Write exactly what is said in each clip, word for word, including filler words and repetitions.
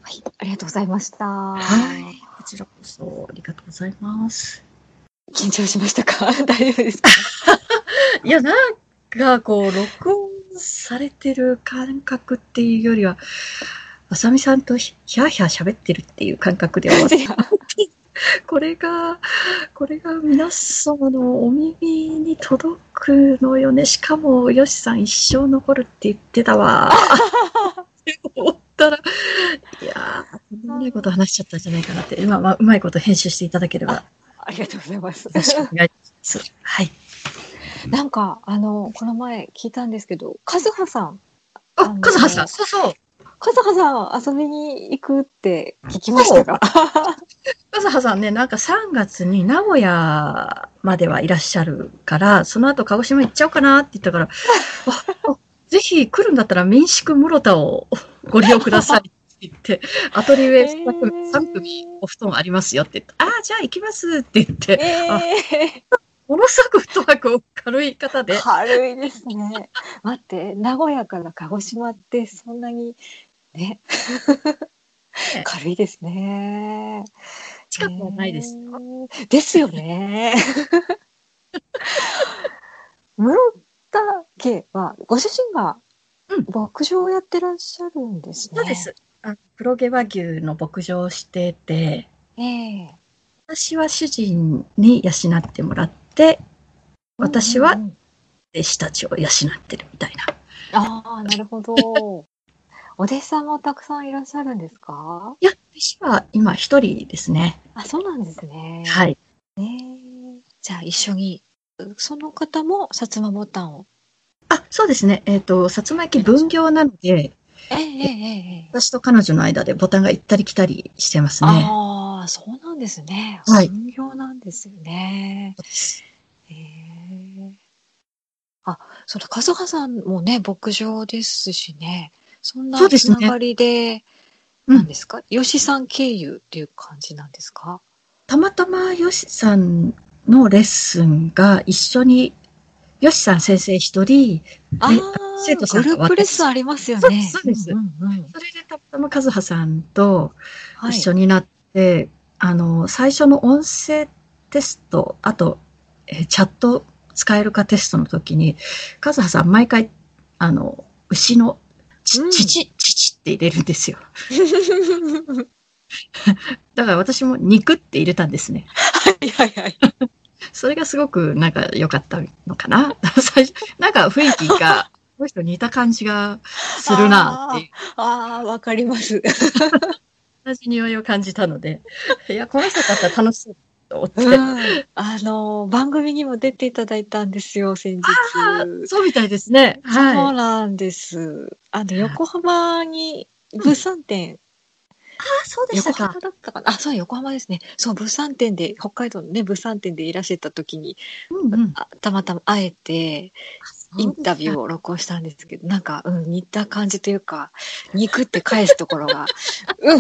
はい、ありがとうございました。 はい、こちらこそありがとうございます。 緊張しましたか？大丈夫ですか？ いや、なんかこう、録音されてる感覚っていうよりは、あさみさんとひゃーひゃー喋ってるっていう感覚で終わって、これが、これが皆様のお耳に届くのよね。しかも、よしさん一生残るって言ってたわ。って思ったら、いやー、とんでもないこと話しちゃったんじゃないかなって、まあ、まあ、うまいこと編集していただければ。 ありがとうございます。 よろしくお願いします。はい。 なんか、あの、この前聞いたんですけど、カズハさん。 あ、カズハさん、そうそう。 カズハさん遊びに行くって聞きましたが。 カズハさんね、なんかさんがつに名古屋まではいらっしゃるから、その後鹿児島行っちゃおうかなって言ったから、ぜひ来るんだったら民宿室田をご利用くださいって言って、アトリエさん組お布団ありますよって言って、ああ、じゃあ行きますって言って、えー、ものすごくフットワーク軽い方で。 軽いですね。待って、名古屋から鹿児島ってそんなにね。軽いですね。 近くはないですよ。 ですよね。室田家はご主人が牧場をやってらっしゃるんですね。 そうです。あ黒毛和牛の牧場をしてて、 えー、 私は主人に養ってもらって、私は弟子たちを養ってるみたいな。 ああ、なるほど。お弟子さんもたくさんいらっしゃるんですか？ いや、弟子は今一人ですね。 あ、そうなんですね。 はい。 えー、じゃあ一緒に、その方も薩摩ボタンを。 あ、そうですね。えっと、薩摩焼分業なので、 えー、えー、えー、 私と彼女の間でボタンが行ったり来たりしてますね。 ああ、そうなんですね。はい。分業なんですよね。えー、あ、その、カズハさんもね、牧場ですしね。そんなつながりで、何ですか、ヨシさん経由っていう感じなんですか？ たまたまヨシさんのレッスンが一緒に、ヨシさん先生一人、 ああ、生徒さんがグループレッスンありますよね。 そうです。うんうんうん、それでたまたまカズハさんと一緒になって、はい、あの、最初の音声テスト、あと、えチャット使えるかテストの時に、カズハさん毎回、あの、牛のち、ちち、ちちって入れるんですよ。だから私も肉って入れたんですね。 はいはいはい。 それがすごくなんか良かったのかな。最初なんか雰囲気が、この人似た感じがするなっていう。 ああ、わかります。 同じ匂いを感じたので、いや、この人だったら楽しそうと思って。 うん、あの、番組にも出ていただいたんですよ、先日。 そうみたいですね。 はい。そうなんです。あの、横浜に物産展、うんああ、そうでしたか。 横浜だったかな。あ、そう、横浜ですね。そう、物産展で、北海道のね、物産展でいらっしゃった時に、うんうん、たまたま会えて、インタビューを録音したんですけど、なんか、うん、似た感じというか、肉って返すところが、うん。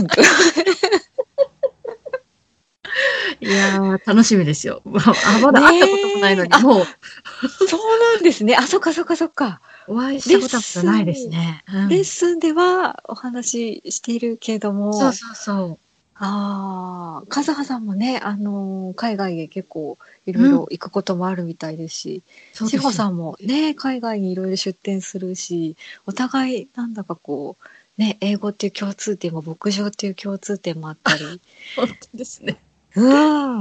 いやー、楽しみですよ。あ、まだ会ったこともないのに、もう。 そうなんですね。あ、そっかそっかそっか。 お会いしたことはないですね。 うん、レッスンではお話ししているけれども。 そうそうそう。 ああ、カズハさんもね、あのー、海外へ結構いろいろ行くこともあるみたいですし、志保、うん、さんもね、海外にいろいろ出店するし、お互いなんだかこう、ね、英語っていう共通点も牧場っていう共通点もあったり。 本当ですね。 うん。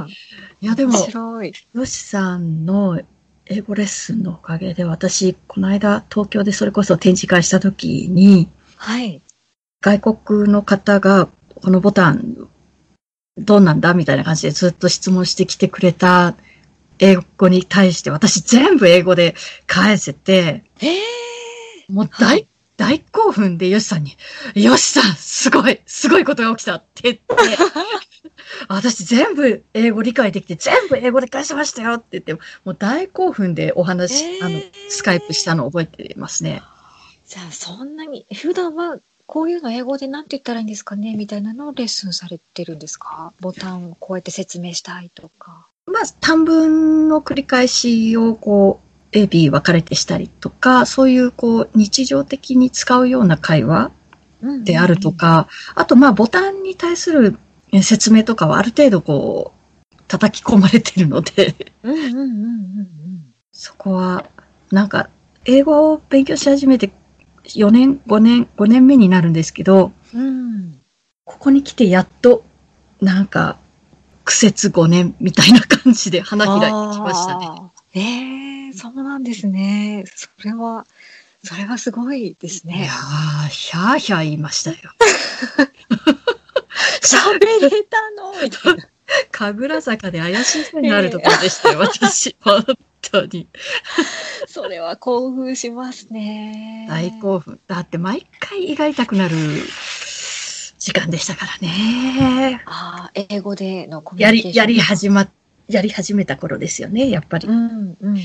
いや、でも、 面白い。 ヨシさんの英語レッスンのおかげで、私、この間、東京でそれこそ展示会した時に、 はい。 外国の方が、このボタン、どうなんだみたいな感じでずっと質問してきてくれた英語に対して、私全部英語で返せて、 えー、 もう大、はい、大興奮でヨシさんに、ヨシさん、すごい、すごいことが起きたって言って、私全部英語理解できて、全部英語で返しましたよって言って、もう大興奮でお話、えー、あの、スカイプしたのを覚えてますね。 じゃあそんなに、普段はこういうの英語で何て言ったらいいんですかねみたいなのをレッスンされてるんですか？ボタンをこうやって説明したいとか。 まあ、短文の繰り返しをこう、A、B 分かれてしたりとか、そういうこう、日常的に使うような会話であるとか、あとまあボタンに対する説明とかはある程度こう叩き込まれてるので、そこはなんか英語を勉強し始めてよねん、ごねん、ごねんめになるんですけど、うん、ここに来てやっとなんか苦節ごねんみたいな感じで花開いてきましたね。 ええー、そうなんですね。それはそれはすごいですね。 いやー、ひゃーひゃー言いましたよ。 喋れたのみたいな。 神楽坂で怪しい人になるところでしたよ、えー、私。本当に。 それは興奮しますね。 大興奮。だって毎回胃が痛くなる時間でしたからね。 ああ、英語でのコミュニケーション。 やり、やり始ま、やり始めた頃ですよね、やっぱり。うん、うん、うん、うん。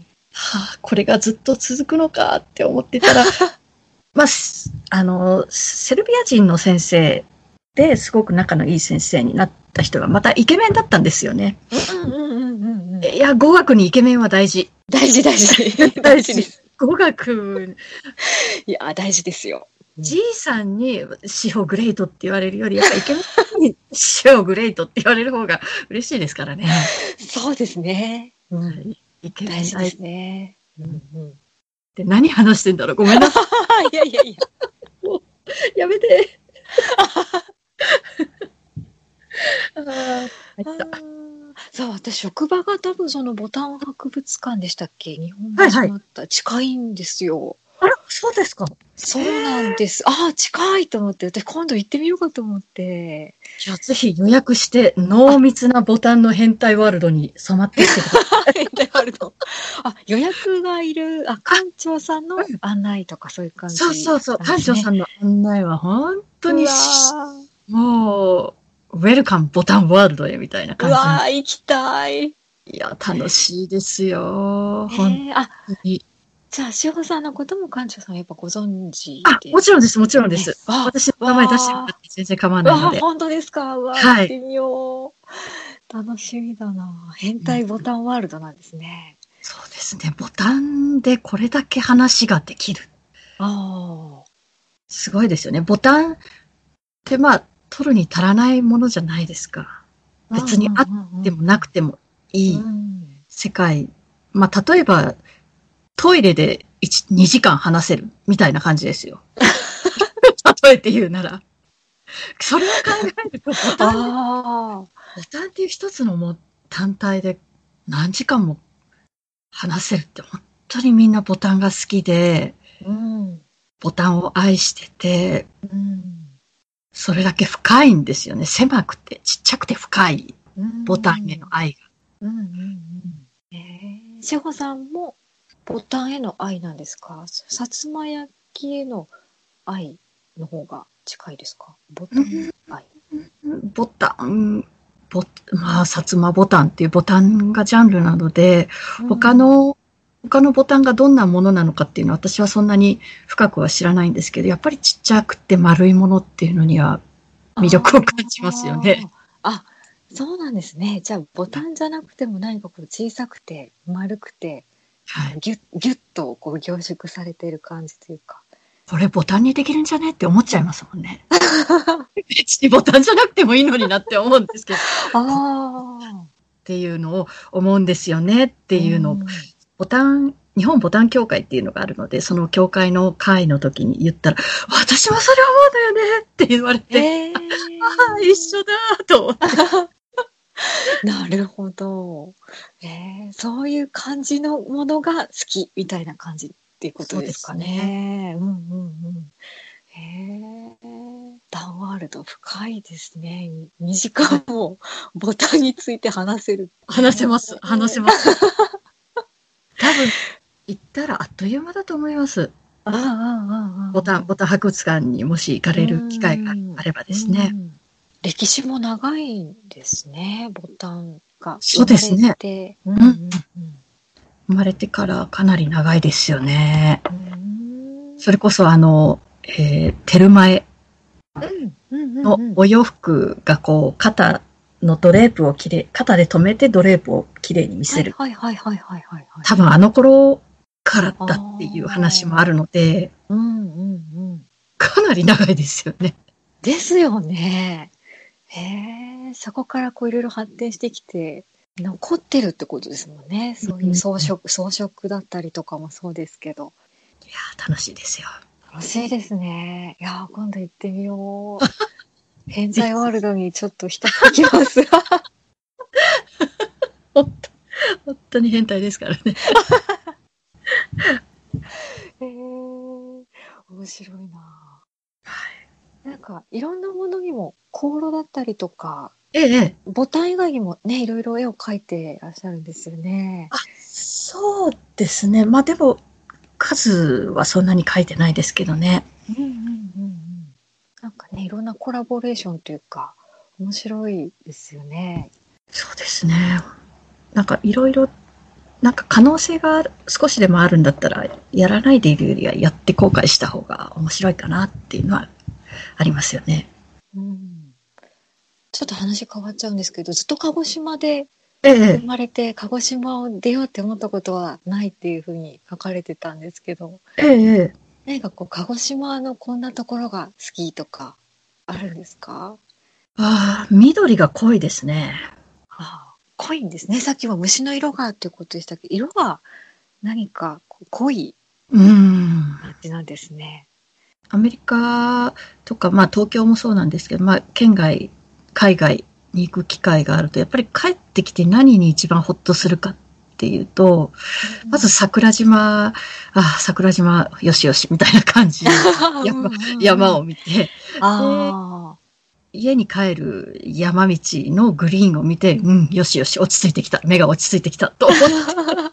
はあ、これがずっと続くのかって思ってたら、まあ、あの、セルビア人の先生ですごく仲のいい先生になった人がまたイケメンだったんですよね。うんうんうんうん、いや、語学にイケメンは大事。 大事大事。 大事です。語学。 いや、大事ですよ。 じいさんにシオグレイトって言われるより、やっぱイケメンにシオグレイトって言われる方が嬉しいですからね。 そうですね。うん、 はいイケメン大事ですね。うんうん、 で何話してんだろうごめんなさい。いやいやいや。 もうやめて。あそう、私、職場が多分そのボタン博物館でしたっけ、日本橋にあった、はいはい、近いんですよ。 あら、そうですか。 そうなんです。ああ、近いと思って、私今度行ってみようかと思って。 じゃあぜひ予約して、濃密なボタンの変態ワールドに染まってきてください。 変態ワールド。あ、予約がいる、あ、館長さんの案内とかそういう感じ、ね、 そうそうそう。館長さんの案内は本当に、もう、ウェルカムボタンワールドへみたいな感じ。 うわー、行きたい。 いや、楽しいですよ。えー、 あ、じゃあ、志保さんのことも館長さんはやっぱご存知あ、もちろんです、もちろんです。私の名前出してもらって全然構わないので。 本当ですか。うわ、はい、行ってみよう。楽しみだな。変態ボタンワールドなんですね。 うん、そうですね。ボタンでこれだけ話ができる。 ああ。 すごいですよね。ボタンってまあ、取るに足らないものじゃないですか。別にあってもなくてもいい世界。まあ、例えば、トイレでいち、にじかん話せるみたいな感じですよ。例えて言うなら。それを考えると、ボタン、ボタンっていう一つのも単体で何時間も話せるって本当にみんなボタンが好きで、うん、ボタンを愛してて、うん、それだけ深いんですよね。狭くてちっちゃくて深いボタンへの愛が。うんうんうんうん、えー、志保さんもボタンへの愛なんですか？薩摩焼きへの愛の方が近いですか？ボタン愛。 ボタン、ボまあ、薩摩ボタンっていうボタンがジャンルなので、うん、他の、他のボタンがどんなものなのかっていうのは私はそんなに深くは知らないんですけど、やっぱりちっちゃくて丸いものっていうのには魅力を感じますよね。 あ、そうなんですね。じゃあボタンじゃなくても何かこう小さくて丸くて、はい、ギュッギュッとこう凝縮されている感じというか。 これボタンにできるんじゃねって思っちゃいますもんね。別にボタンじゃなくてもいいのになって思うんですけど。あっていうのを思うんですよねっていうのを、ボタン、日本ボタン協会っていうのがあるので、その協会の会の時に言ったら、私もそれ思うんだよねって言われて、えー、ああ、一緒だと思って。 なるほど、えー。そういう感じのものが好きみたいな感じっていうことですかね。うんうんうん。へえ、ダンワールド深いですね。にじかんもボタンについて話せる。 話せます。話せます。多分行ったらあっという間だと思います。ああああボタンボタン博物館にもし行かれる機会があればですね。 歴史も長いんですね。ボタンがそうですね。うんうんうん、生まれてからかなり長いですよね。それこそあの。えー、テルマエのお洋服がこう肩のドレープをきれい、肩で留めてドレープをきれいに見せる。 はいはいはいはいはい、はい。 多分あの頃からだっていう話もあるので、うんうんうん、 かなり長いですよね。 ですよね。へえ、そこからこういろいろ発展してきて、残ってるってことですもんね。そういう装飾、装飾だったりとかもそうですけど。 いやー、楽しいですよ。 楽しいですね。いやー、今度行ってみよう。偏在ワールドにちょっと一つ行きます。 本当、本当に変態ですからね。 へえ、面白いな。 はい。 なんかいろんなものにも香炉だったりとか、 ええ。 ボタン以外にもね、いろいろ絵を描いてらっしゃるんですよね。 あ、そうですね。まあでも、数はそんなに書いてないですけどね。 うんうんうんうん。なんかね、いろんなコラボレーションというか、面白いですよね。 そうですね。なんかいろいろ、なんか可能性が少しでもあるんだったら、やらないでいるよりはやって後悔した方が面白いかなっていうのはありますよね。 うん。ちょっと話変わっちゃうんですけど、ずっと鹿児島でええ、 生まれて、鹿児島を出ようって思ったことはないっていうふうに書かれてたんですけど、 ええ、 何かこう、鹿児島のこんなところが好きとか、あるんですか？ ああ、緑が濃いですね。 ああ、濃いんですね。さっきは虫の色がっていうことでしたけど、色が何かこう濃いうん。 感じなんですね。 アメリカとか、まあ東京もそうなんですけど、まあ県外、海外に行く機会があると、やっぱり帰ってきて何に一番ホッとするかっていうと、まず桜島、ああ、桜島、よしよし、みたいな感じで、山、山を見て、で、 ああ、 家に帰る山道のグリーンを見て、うん、よしよし、落ち着いてきた。目が落ち着いてきた。と思って。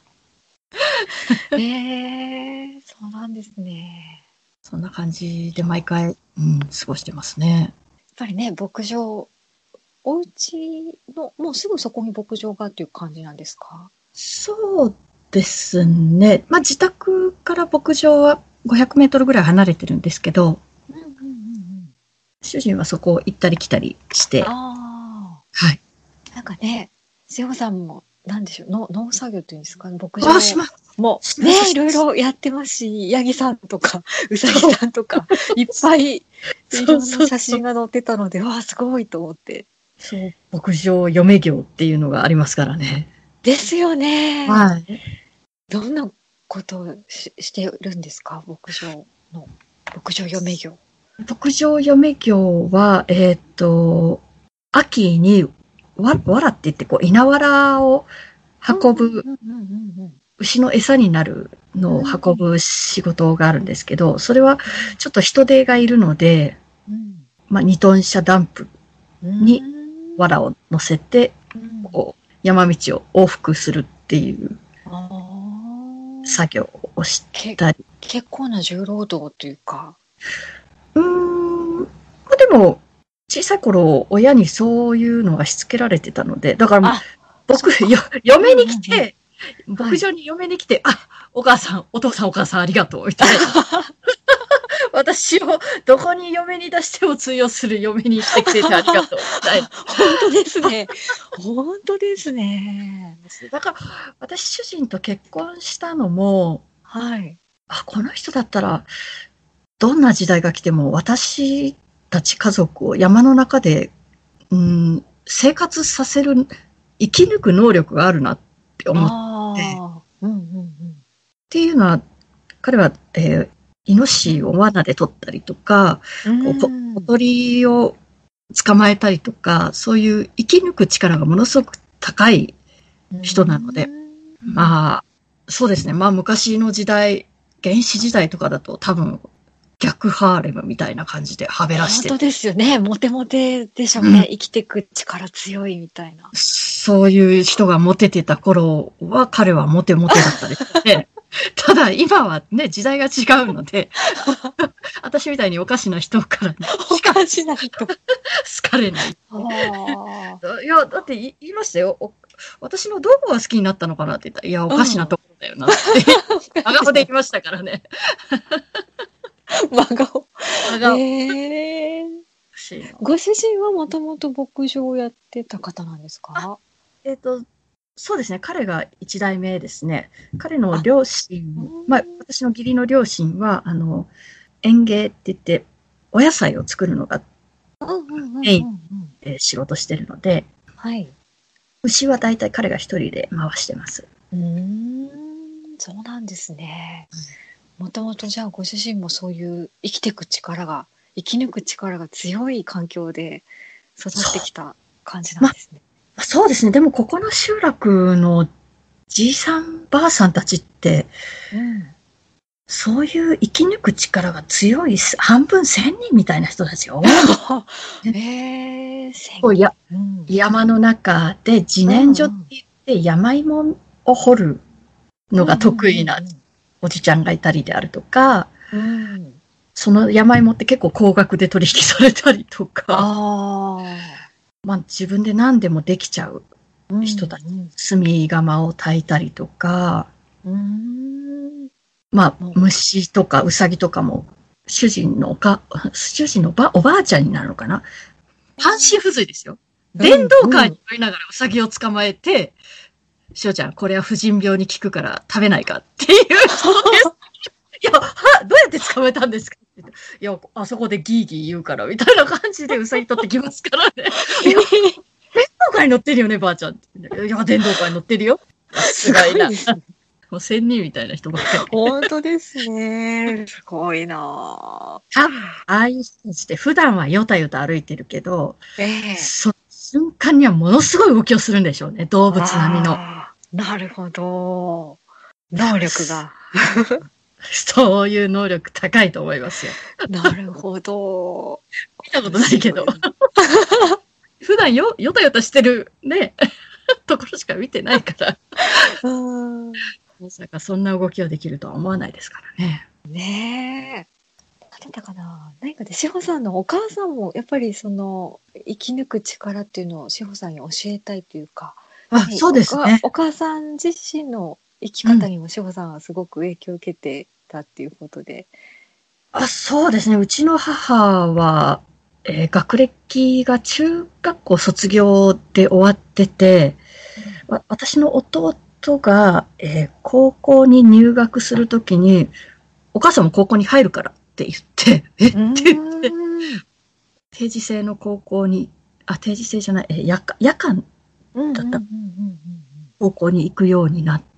ええ、そうなんですね。 そんな感じでやっ毎回、うん、過ごしてますね。 ぱりね、牧場、お家の、もうすぐそこに牧場がっていう感じなんですか？ そうですね。まあ自宅から牧場はごひゃくメートルぐらい離れてるんですけど、 うんうんうんうん。 主人はそこを行ったり来たりして、 あはい。 あ、なんかね、瀬尾さんも、なんでしょう、の農作業っていうんですか、牧ああ、し場ます。 もします、 ね、いします。 ろいろやってますし、ヤギさんとか、ウサギさんとか、いっぱいいそうろんなそうそう。 写真が載ってたので、わあ、すごいと思って。 そう、牧場嫁業っていうのがありますからね。 ですよね。 はい。 どんなことをし、してるんですか、牧場の、牧場嫁業。 牧場嫁業は、えっと、秋にわ、わらって言って、こう、稲わらをうん運ぶ、 うんうんうんうん牛の餌になるのをうん。 運ぶ仕事があるんですけど、それはちょっと人手がいるので、 うん。 まあ、にトン車ダンプうにん。 藁を乗せて、 うん。 こう、山道を往復するっていうああ。 作業をしけ、 たり。 結構な重労働というか。 うーん、まあ、でも、小さい頃、親にそういうのがしつけられてたので、だから、 あ、そ僕、よ、 っか。うん嫁にうんうん。 来て、 はい。 牧場に嫁に来て、あ、お母さん、お父さんお母さんありがとう、みたいな。私をどこに嫁に出しても通用する嫁にしてくれてありがとう、みたいな。 本当ですね。本当ですね。 だから、私、主人と結婚したのも、 はい。 あ、この人だったら、どんな時代が来ても、私たち家族を山の中で、うん、生活させる、生き抜く能力があるなって思って、 ああ。うんうんっていうのは、彼は、えーイノシシを罠で取ったりとか、 うん。 こうこうん。 小鳥を捕まえたりとか、そういう生き抜く力がものすごく高いう人なので、 ん。 まあ、そうですね。まあ昔の時代、原始時代とかだと多分逆ハーレムみたいな感じではべらしてて、 本当ですよね。モテモテでしょうね。 うん、 生きてく力強いみたいな。 そういう人がモテてた頃は彼はモテモテだったですね。ただ今はね、時代が違うので、私みたいにおかしな人からしか好おかしな人。 かれない。 あいや、だって言いましたよ。お私のどこが好きになったのかなって言ったら、いや、おあ。 かしなうん。 ところだよなって、真顔で言いましたからね。 真顔。 真顔。 ええー。 欲しいな。 ご主人はもともと牧場をやってた方なんですあ、 か？ えっと、そうですね。彼が一代目ですね。彼のあ、 両うー親、まあ、 ん。 私の義理の両親は、あの、園芸って言って、 お野菜を作るのがメインうんうんうんうんうん。 で仕事してるので、 はい。 牛は大体彼が一人で回してます。 うーん、そうなんですね。もともとじゃあご自身もそういう生きていく力が、生き抜く力が強い環境で育ってそう。 きた感じなんまですね。 あ、そうですね。でもここの集落のじいさんばあさんたちって、 うん。 そういう生き抜く力が強い、半分千人みたいな人たちが多いんですね。 へえ、千人。 こうやうん。 山の中で自う然薯ってんうん。 言って山芋を掘るのがうんうん得意なおじちゃんがいたりであるとか、 うんうん。うん。 その山芋って結構高額で取引されたりとか、 ああ。 まあ自分で何でもできちゃううん人たち、 うん。 炭窯を焚いたりとか、 うーん。 まあも虫とかウサギとかも、主人のおか、主人のばおばあちゃんになるのかな、 う、 半身不随ですよ。 う電動カーにんうん。 乗りながらウサギを捕まえて、しおちゃん、これは婦人病に効くから食べないかっていう人です。いや、は、どうやって捕まえたんですかって言って、いや、あそこでギーギー言うから、みたいな感じでウサギ取ってきますからね。いや、電動カーに乗ってるよね、ばあちゃんって。いや、電動カーに乗ってるよ。 すすごいな。 ごいですね。 もう仙人みたいな人ばっかり。 本当ですね。すごいな多分、ああいう人たちって普段はよたよた歩いてるけど、 ぁ。ええ。 その瞬間にはものすごい動きをするんでしょうね。動物並みの。 ああ、なるほど。能力が。 そういう能力高いと思いますよ。 なるほど。 見たことないけど。 すごい普段よ、よたよたしてるね、ところしか見てないから。 な。うん。 まさかそんな動きをできるとは思わないですからね。 ねえ。なんだったかな。何かで、志保さんのお母さんも、やっぱりその、生き抜く力っていうのを志保さんに教えたいというか、 あ、 ね、 そうおか、 ですね。 お母さん自身の生きうん。 方にも志保さんはすごく影響を受けてたっていうことで。 あ、そうですね。うちの母は、えー学歴が中学校卒業で終わってて、 うん。 わ私の弟が、えー高校に入学するときに、お母さんも高校に入るからって言って、えっうーて言って、 ん。 定時制の高校に、あ、定時制じゃない、えー夜間、夜間うんうんうんうんだった高校に行くようになって、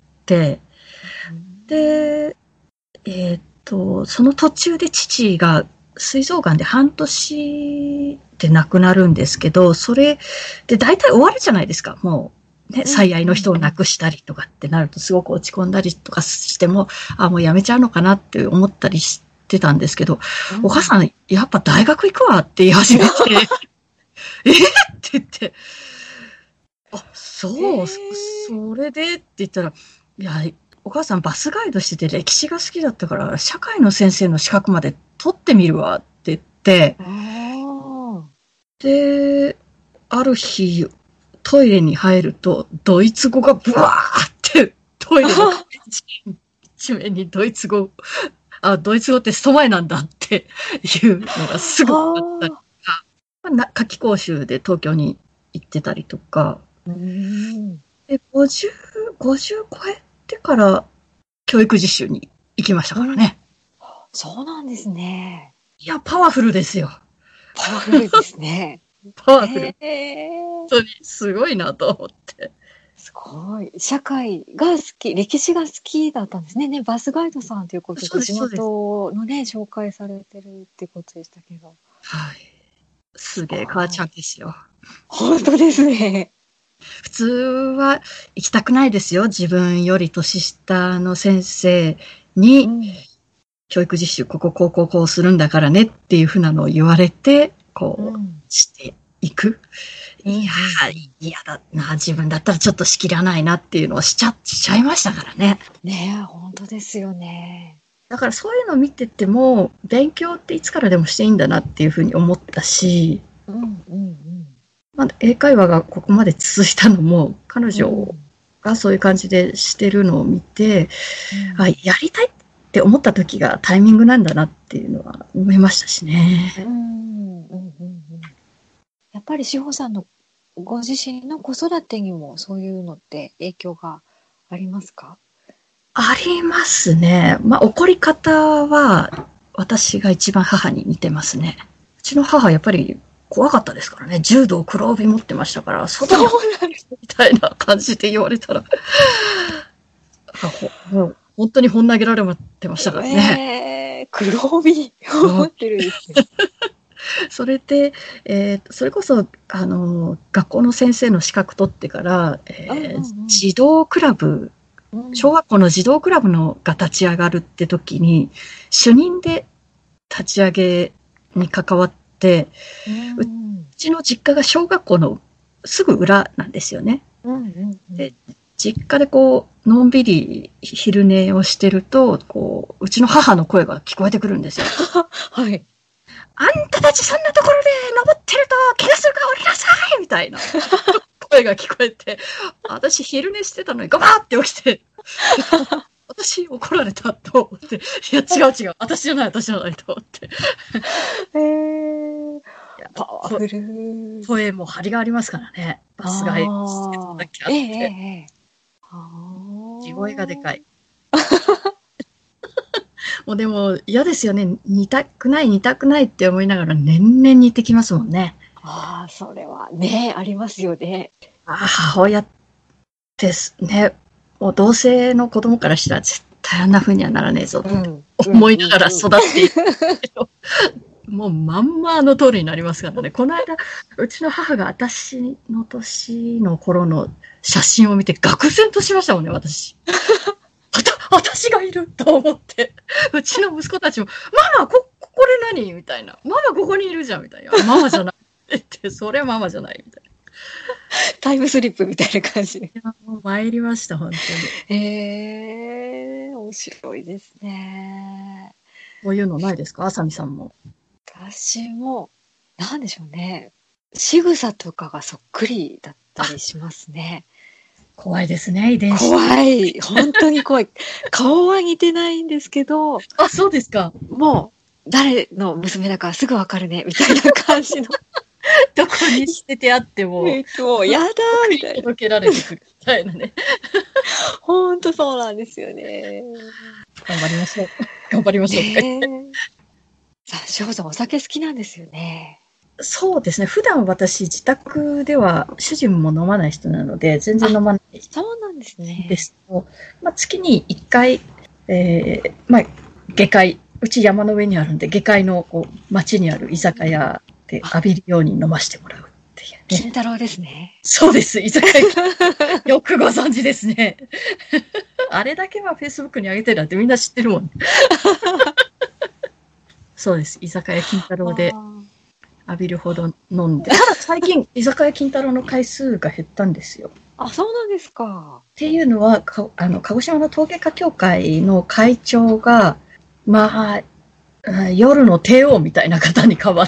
うんうん。 で、えーっと、その途中で父が膵臓がんで半年で亡くなるんですけど、それで大体終わるじゃないですか。もう、ね、 うんうん最愛の人を亡くしたりとかってなるとすごく落ち込んだりとかしても、あ、もうやめちゃうのかなって思ったりしてたんですけど、 うん。うん。 お母さん、やっぱ大学行くわって言い始めて、えって言って、あ、 へそう、そえ。 それでって言ったら、いや、お母さんバスガイドしてて歴史が好きだったから、社会の先生の資格まで取ってみるわって言って、 ああ。 で、ある日、トイレに入ると、ドイツ語がブワーって、トイレの壁一面にドイツ語、あ、ドイツ語ってスト前なんだっていうのがすぐ分かったりとああ。 か、な夏期講習で東京に行ってたりとか、 うーん。 で、ごじゅう、ごじゅう超えてから教育実習に行きましたうん。 からね。 そうなんですね。 いや、パワフルですよ。 パワフルですね。 パワフル。 へえ。 本当にすごいなと思って。 すごい。社会が好き、歴史が好きだったんですね。ね、バスガイドさんということで、 そうです、 地そうです。 元のね、紹介されてるってことでしたけど。 はい。すすごげえ母ちゃい。 んですよ。 本当ですね。 普通は行きたくないですよ。自分より年下の先生にうん。 教育実習こここうこうこうするんだからねっていうふうなのを言われて、こううん。 していく。 うんういやんうん。 ー、嫌だな。自分だったらちょっと仕切らないなっていうのをしちゃ、しちゃいましたからね。 ねえ、本当ですよね。 だからそういうのを見てても、勉強っていつからでもしていいんだなっていうふうに思ったし、 うんうんまあ、英会話がここまで続いたのも、彼うん。う女ん。 がそういう感じでしてるのを見て、あ、 うん。 やりたいって思った時がタイミングなんだなっていうのは思いましたしね。 うんうんうんうん。やっぱり志保さんのご自身の子育てにもそういうのって影響がありますか？ ありますね。まあ、怒り方は、 私が一番母に似てますね。うちの母はやっぱり怖かったですからね。柔道黒帯持ってましたから、外にみたいな感じで言われたら、もう本当に本投げられてましたからね。 えー、黒帯持ってるんですね。 それで、えー、それこそ、あの、学校の先生の資格取ってから、えーうんうんうん、児童クラブ、小学校の児童クラブのが立ち上がるって時に、主任で立ち上げに関わって、うんうん、うちの実家が小学校のすぐ裏なんですよね。うんうんうん、で、実家でこう、のんびり昼寝をしてると、こう、うちの母の声が聞こえてくるんですよ。 はい。 あんたたちそんなところで登ってると怪我するから降りなさいみたいな声が聞こえて、私昼寝してたのにガバーって起きて、私怒られたと思って、いや違う違う、私じゃない私じゃないと思って。 へー、パワフル。 声も張りがありますからね。バスがしてただけあって。ええええ、地声がでかい。もうでも嫌ですよね。似たくない似たくないって思いながら年々似てきますもんね。 ああ、それはね、ありますよね。 ああ、母親ですね。もう同性の子供からしたら絶対あんな風にはならねえぞって思いながら育っているけど、もうまんまあの通りになりますからね。この間、うちの母が私の年の頃の写真を見て愕然としましたもんね、私。私がいると思って。うちの息子たちも、ママ、こ、これ何みたいな。ママここにいるじゃんみたいな。ママじゃないって、それはママじゃないみたいな。 タイムスリップみたいな感じ。いや、もう参りました、本当に。へえー、面白いですね。 こういうのないですか、あさみさんも。 私も、なんでしょうね。仕草とかがそっくりだったりしますね。 怖いですね、遺伝子。 怖い。本当に怖い。顔は似てないんですけど。 あ、そうですか。 もう、誰の娘だかすぐわかるね、みたいな感じの。 どこに捨ててあっても。 えっと、やだーみたいな。 届けられてくるみたいなね。 本当そうなんですよね。 頑張りましょう。頑張りましょう。 ね、さあ、しょうさんお酒好きなんですよね。 そうですね。普段私、自宅では主人も飲まない人なので、全然飲まない。 そうなんですね。 ですと、まあ、月にいっかい、えー、まあ、下界、うち山の上にあるんで、下界のこう町にある居酒屋で浴びるように飲ませてもらうっていう、ね。 金太郎ですね。 そうです。居酒屋。よくご存知ですね。あれだけは Facebook に上げてるなんてみんな知ってるもんね。そうです。居酒屋金太郎で浴びるほど飲んで。ただ最近、居酒屋金太郎の回数が減ったんですよ。 あ、そうなんですか。 っていうのは、かあの鹿児島の陶芸家協会の会長が、まあ、夜の帝王みたいな方に変わって、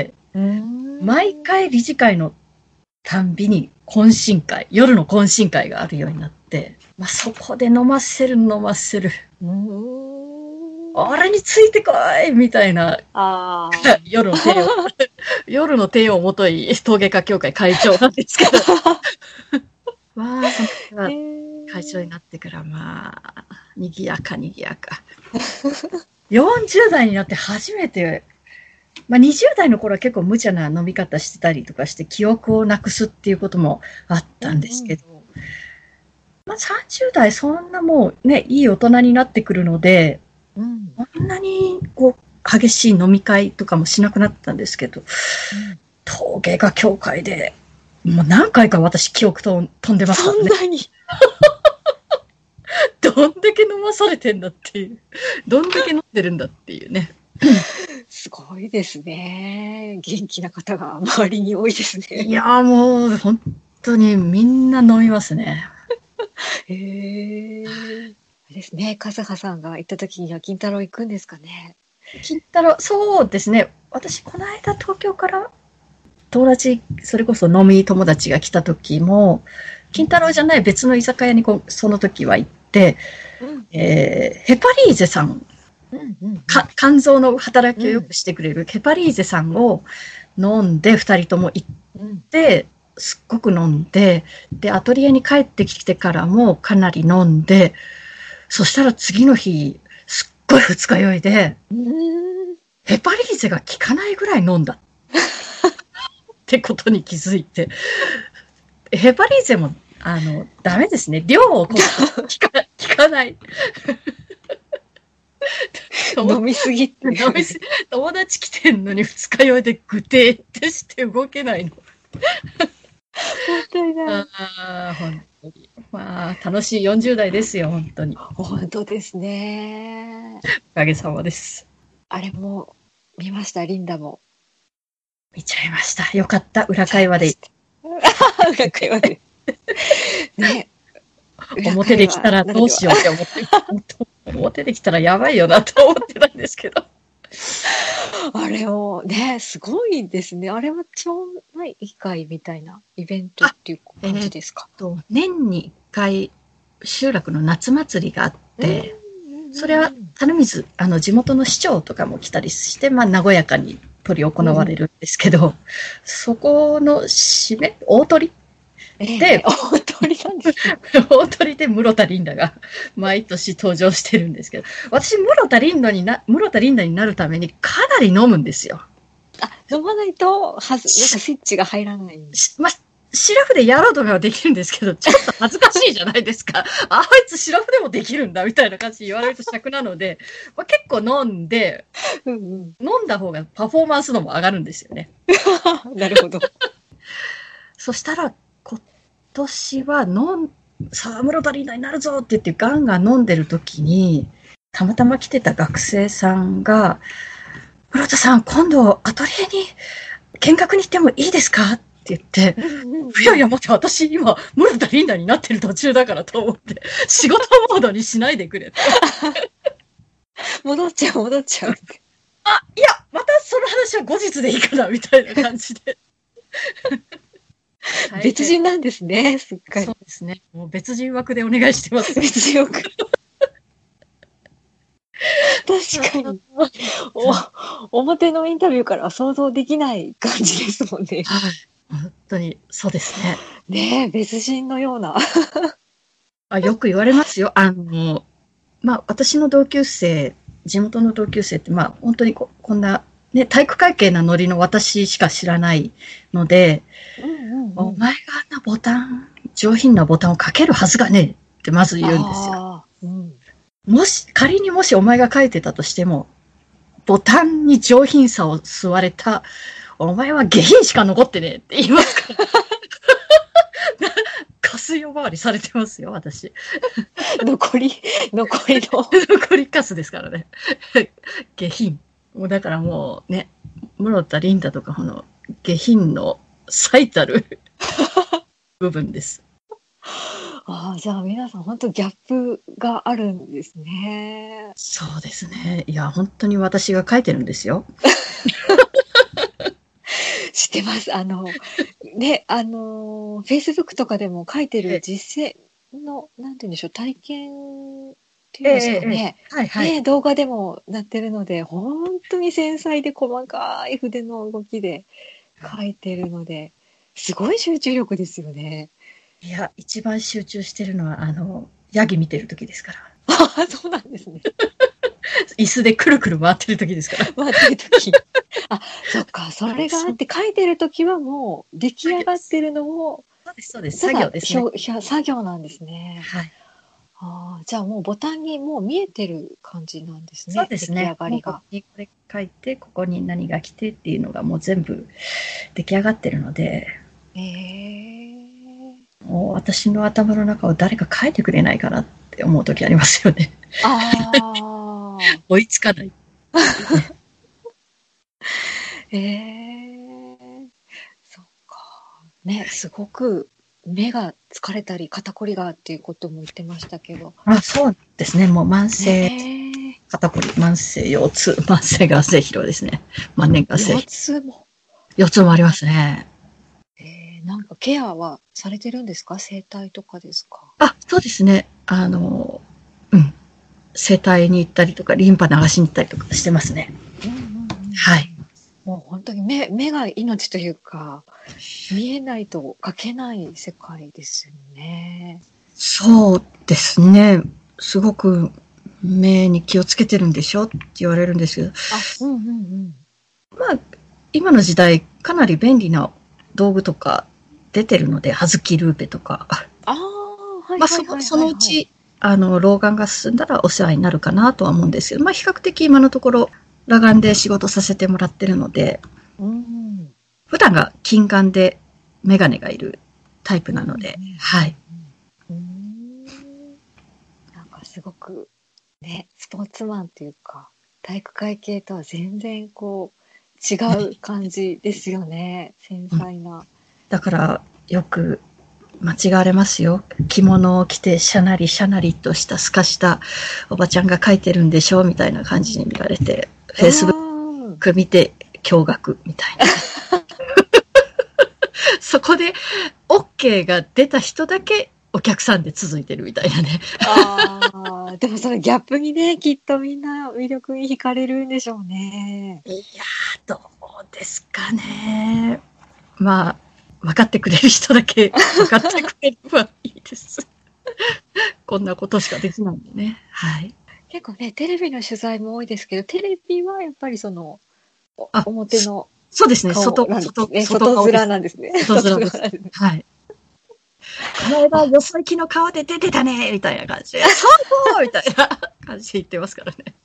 毎回理事会のたんびに懇親会、夜の懇親会があるようになって、まあ、そこで飲ませる飲ませる。あれについてこいみたいな、あ夜の帝王、夜の帝王もとい陶芸家協会会長なんですけど。わあ、そのが会長になってから、まあ、にぎやかにぎやか。よんじゅう代になって初めて、まあにじゅう代の頃は結構無茶な飲み方してたりとかして記憶をなくすっていうこともあったんですけど、うんうん、まあさんじゅう代そんなもうね、いい大人になってくるので、うん、そんなにこう激しい飲み会とかもしなくなったんですけど、うん、陶芸家協会で、もう何回か私記憶と飛んでますからね。 そんなにどんだけ飲まされてんだっていう。どんだけ飲んでるんだっていうね。 すごいですね。元気な方が周りに多いですね。 いやーもう本当にみんな飲みますね。 へー。ですね。かずはさんが行った時には金太郎行くんですかね。 金太郎、そうですね。私この間東京から友達、それこそ飲み友達が来た時も、金太郎じゃない別の居酒屋にこうその時は行って、うんえー、ヘパリーゼさん、うんうんうん、か肝臓の働きを良くしてくれるヘパリーゼさんを飲んで、二人とも行って、すっごく飲んで、で、アトリエに帰ってきてからもかなり飲んで、そしたら次の日、すっごい二日酔いで、 うーん。 ヘパリーゼが効かないぐらい飲んだ。ってことに気づいて。ヘパリーゼも、あの、ダメですね。量をこう、効か、効かない。 飲みすぎって。 飲みすぎ。友達来てんのに二日酔いでぐてーってして動けないの。 本当にね。 ああ、本当に。まあ、楽しいよんじゅう代ですよ、本当に。 本当ですね。 おかげさまです。 あれも見ました、リンダも。 見ちゃいました。よかった、裏会話で。 裏会話で。ね。 表で来たらどうしようって思って、表で来たらやばいよなと思ってたんですけど。 あれをね、すごいですね。あれは町内会みたいなイベントっていう感じですか。 えー、と年にいっかい集落の夏祭りがあって、それは垂水、あの地元の市長とかも来たりして、まあ和やかに執り行われるんですけど、うん、そこの締め、大鳥で、 えー、大鳥なんですね。 大鳥で室田リンダが毎年登場してるんですけど、私室田リンダにな、室田リンダになるためにかなり飲むんですよ。 あ、飲まないと、はず、なんかスイッチが入らない。 ま、シラフでやろうとかはできるんですけど、ちょっと恥ずかしいじゃないですか。あいつシラフでもできるんだみたいな感じで言われると尺なので、まあ、結構飲んで、うんうん、飲んだ方がパフォーマンス度も上がるんですよね。 なるほど。 そしたら、今年は飲ん、さあ、室田リンダになるぞって言ってガンガン飲んでる時に、たまたま来てた学生さんが、室田さん、今度アトリエに見学に行ってもいいですかって言って、いやいや待って、私今、室田リンダになってる途中だからと思って、仕事モードにしないでくれって。 戻っちゃう、戻っちゃう。 あ、いや、またその話は後日でいいかな、みたいな感じで。 別人なんですね、すっかり。 そうですね。もう別人枠でお願いしてます。 別人枠。確かにお。表のインタビューからは想像できない感じですもんね。 はい。本当に、そうですね。 ねえ、別人のような。 あ、よく言われますよ。あの、まあ、私の同級生、地元の同級生って、まあ、本当に こ, こんな、ね、体育会系なノリの私しか知らないので、うんうんうん、お前があんなボタン、上品なボタンをかけるはずがねえってまず言うんですよ。うん、もし、仮にもしお前が書いてたとしても、ボタンに上品さを吸われた、お前は下品しか残ってねえって言いますから。下水呼ばわりされてますよ、私。 残り、残りの。 残りカスですからね。下品。もうだからもうね、室田リンダとかこの下品の最たる部分です。 ああ、じゃあ皆さん本当ギャップがあるんですね。 そうですね。いや、本当に私が書いてるんですよ。 知ってます。あの、ね、あの、Facebook とかでも書いてる実践の、なんて言うんでしょう、体験っていうんですかね。ええはいはい、ね、動画でもなってるので、本当に繊細で細かい筆の動きで書いてるので、すごい集中力ですよね。 いや、一番集中してるのは、あの、ヤギ見てる時ですから。 ああ、そうなんですね。 椅子でくるくる回ってる時ですから。 回ってる時。あ、そっか、それがあって書いてる時はもう出来上がってるのを、 そうです、そうです。作業ですね。 作業なんですね。 はい。 ああ、じゃあもうボタンにもう見えてる感じなんですね。 そうですね。 出来上がりが。 ここにこれ書いて、ここに何が来てっていうのがもう全部出来上がってるので。へー。もう私の頭の中を誰か書いてくれないかなって思う時ありますよね。ああ。追いつかない。 えー、そっか。ね、すごく目が疲れたり肩こりがっていうことも言ってましたけど。 あ、そうですね。もう慢性、ね、肩こり、慢性腰痛、慢性眼性疲労ですね。万年眼性。 腰痛も。 腰痛もありますね。 えー、なんかケアはされてるんですか？整体とかですか？ あ、そうですね。あの、うん。整体に行ったりとか、リンパ流しに行ったりとかしてますね。うんうんうん、はい。 もう本当に目、目が命というか、見えないと描けない世界ですよね。 そうですね。すごく目に気をつけてるんでしょって言われるんですけど、 あ、うんうんうん。 まあ、今の時代、かなり便利な道具とか出てるので、葉月ルーペとか。 ああ、はいまあ、 はいはいはい、はい。 そのうち、あの、老眼が進んだらお世話になるかなとは思うんですけど、まあ、比較的今のところ、裸眼で仕事させてもらってるので、 うん、 普段が近眼でメガネがいるタイプなので、 うん、 はい。 うん。なんかすごく、ね、スポーツマンっていうか、体育会系とは全然こう、違う感じですよね。繊細な。 だから、よく間違われますよ。着物を着てシャナリシャナリとした透かしたおばちゃんが描いてるんでしょみたいな感じに見られて、フェイスブック見て驚愕みたいな。そこで OK が出た人だけお客さんで続いてるみたいなね。 ああ、でもそのギャップにね、きっとみんな魅力に惹かれるんでしょうね。 いやー、どうですかね。まあ、分かってくれる人だけ分かってくれればいいです。こんなことしかできないんでね。はい。 結構ね、テレビの取材も多いですけど、テレビはやっぱりその、 あ、 表のそうですね。 顔外、 なんです外、 ね。 外外面なんですね。 外面です。はい。この間、よそ行きの顔で出てたねみたいな感じで、そうそうみたいな感じで言ってますからね。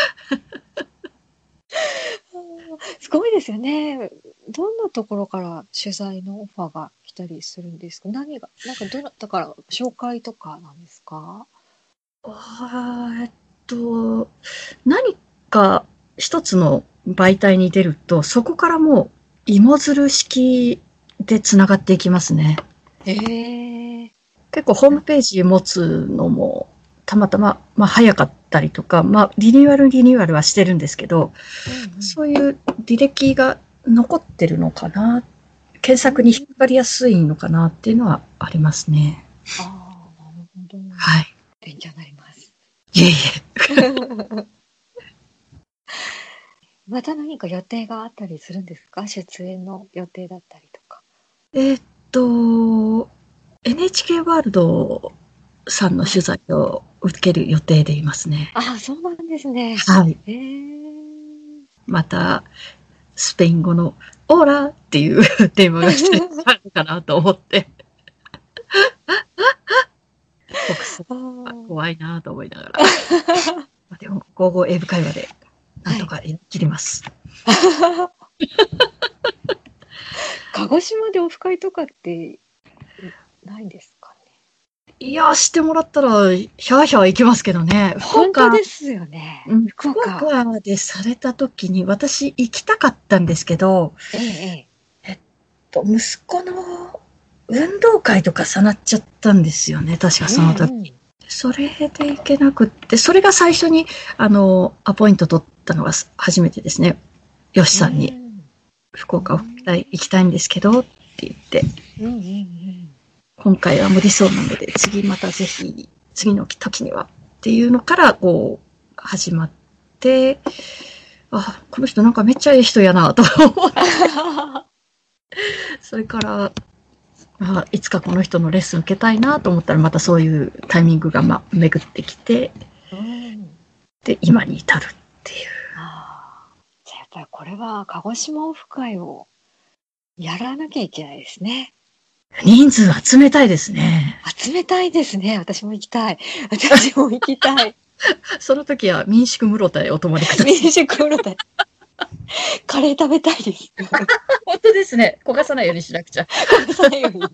すごいですよね。どんなところから取材のオファーが来たりするんですか？何が、なんかどなたから紹介とかなんですか？ えっと、何か一つの媒体に出ると、そこからもう芋づる式で繋がっていきますね。 へえ。 結構ホームページ持つのもたまたま、まあ早かったりとか、まあリニューアルリニューアルはしてるんですけど、 うんうん、 そういう履歴が残ってるのかな、検索に引っかかりやすいのかなっていうのはありますね。 ああ、なるほど。 はい。 勉強になります。 いえいえ。 また何か予定があったりするんですか？出演の予定だったりとか。 えーっと、エヌエイチケー ワールドさんの取材を受ける予定でいますね。 ああ、そうなんですね。 はい。 へえ。 また、スペイン語のオーラっていうテーマが来てるかなと思って。怖いなと思いながら。でも、午後英語会話で、なんとか切ります。 はい、鹿児島でオフ会とかってないんですかね？ いや、してもらったら、ひゃーひゃー行きますけどね。 本当ですよね。 うん、 福岡。 福岡でされた時に、私行きたかったんですけど、 ええ、 えっと、息子の運動会と重なっちゃったんですよね、確かその時。うんうん、それで行けなくって、それが最初に、あの、アポイント取ったのが初めてですね。よしさんに、うん、福岡行きたいんですけど、って言って、うんうんうん、今回は無理そうなので、次またぜひ、次の時には、っていうのから、こう、始まって、あ、この人なんかめっちゃいい人やな、と思って。それから、あ、いつかこの人のレッスン受けたいなと思ったら、またそういうタイミングが、ま、巡ってきて、うん、で、今に至るっていう。 あ、じゃあやっぱりこれは鹿児島オフ会をやらなきゃいけないですね。 人数集めたいですね。 集めたいですね。私も行きたい。私も行きたい。 その時は民宿室田へお泊まりください。 民宿室田。カレー食べたいです。 本当ですね。焦がさないようにしなくちゃ。 焦がさないように。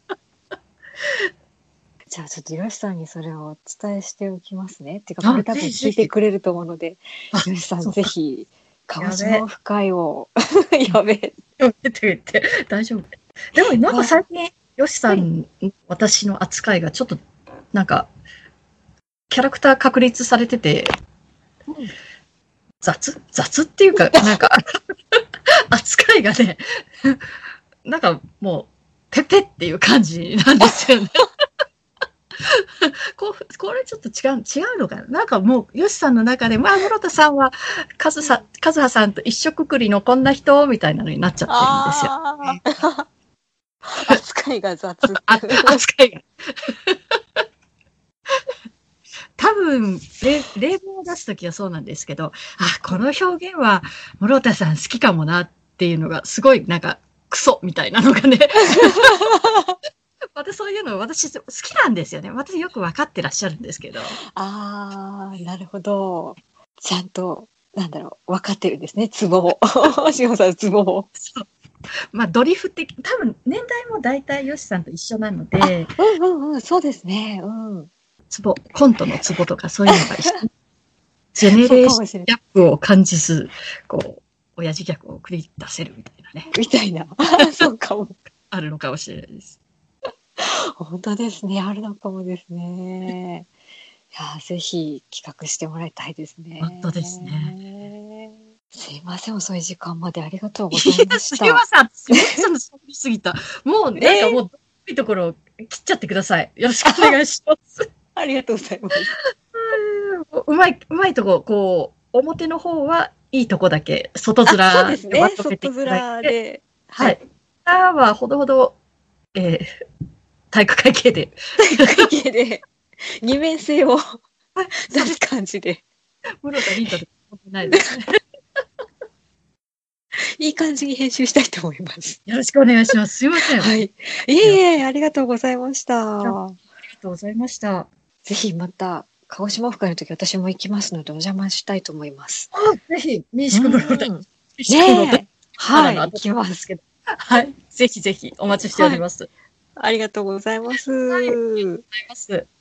じゃあちょっとよしさんにそれをお伝えしておきますね。っていうかこれ多分聞いてくれると思うので、よしさんぜひ鹿児島オフ会をやべやめて言って大丈夫。でもなんか最近よしさん、はい、私の扱いがちょっとなんかキャラクター確立されてて、うん、雑雑っていうかなんか扱いがね、なんかもうペペっていう感じなんですよね。こ, これちょっと違う、違うのかな、なんかもう、よしさんの中で、まあ、室田さんは、かずさ、かずはさんと一緒くくりのこんな人、みたいなのになっちゃってるんですよ。 扱いが雑。 扱いが。多分、 分、例例文を出すときはそうなんですけど、あ、この表現は、諸田さん好きかもなっていうのが、すごいなんか、クソみたいなのがね。私そういうの私好きなんですよね。私よく分かってらっしゃるんですけど。 ああ、なるほど。ちゃんと、なんだろう、分かってるんですね、ツボを。しほさん、ツボを。 そう。まあ、ドリフ的、多分、年代も大体ヨシさんと一緒なので。 うんうんうん、そうですね。うん。 ツボ、コントのツボとかそういうのが一緒。ジェネレーションギャップを感じず、こう、親父ギャグを繰り出せるみたいなね。 みたいな。そうかも。 あるのかもしれないです。 本当ですね。あるのかもですね。いや、ぜひ企画してもらいたいですね。 本当ですね。 すいません、遅い時間までありがとうございました。 すいません、すいません、喋りすぎた。もう、なんかもう、いいところを切っちゃってください。よろしくお願いします。 ありがとうございます。 うまい、うまいとこ、こう、表の方はいいとこだけ、外面そうですね。 まとめていただいて。 外面で。 はい。下はほどほど、えー、体育会系で。 体育会系で、二面性を出す感じで。 室田リーダーで思ってないですね。 いい感じに編集したいと思います。 よろしくお願いします。すいません。 はい。いえいえ、ありがとうございました。 ありがとうございました。 ぜひまた、鹿児島オフ会の時私も行きますのでお邪魔したいと思います。 あ、ぜひ、民宿の歌。 ねえ。はい、行きますけど。 はい。ぜひぜひお待ちしております。 はい、ありがとうございます。 はい、ありがとうございます。